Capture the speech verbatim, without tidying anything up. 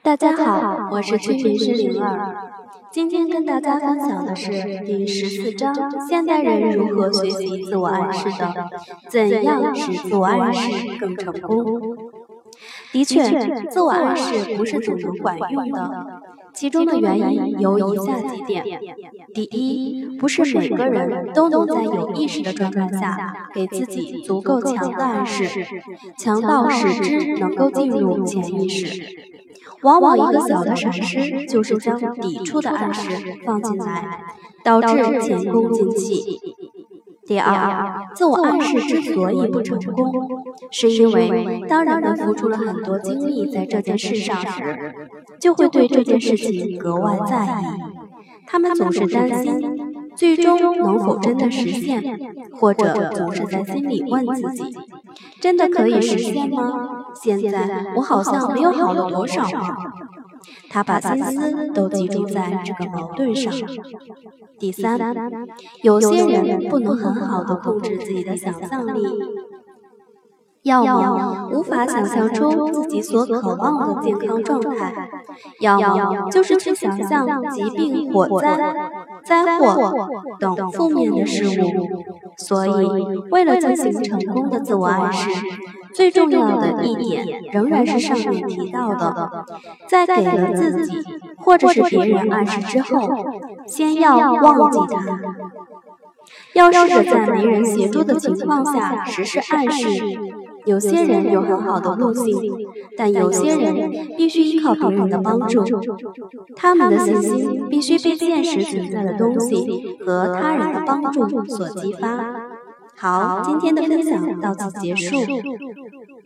大家好，我是催眠师灵儿。今天跟大家分享的是第十四章：现代人如何学习自我暗示的？怎样使自我暗示更成功？的确，自我暗示不是总能管用的，其中的原因有以下几点：第一，不是每个人都能在有意识的状态下给自己足够强的暗示，强到使之能够进入潜意识。往往一个小的闪失，就是将抵触的暗示放进来，导致前功尽弃。第二，自我暗示之所以不成功，是因为当人们付出了很多精力在这件事上时，就会对这件事情格外在意。他们总是担心，最终能否真的实现，或者总是在心里问自己：真的可以实现吗？现在我好像没有好了多少呢。他把心思都集中在这个矛盾上。第三，有些人不能很好地控制自己的想象力，要么无法想象出自己所渴望的健康状态，要么就是去想象疾病、火灾、灾祸等负面的事物。所以，为了进行成功的自我暗示，最重要的一点仍然是上面提到的，在给了自己或者是别人暗示之后，先要忘记它。要试着在没人协助的情况下实施暗示。有些人有很好的悟性，但有些人必须依靠别人的帮助，他们的信心必须被现实存在的东西和他人的帮助所激发。好，今天的分享到此结束。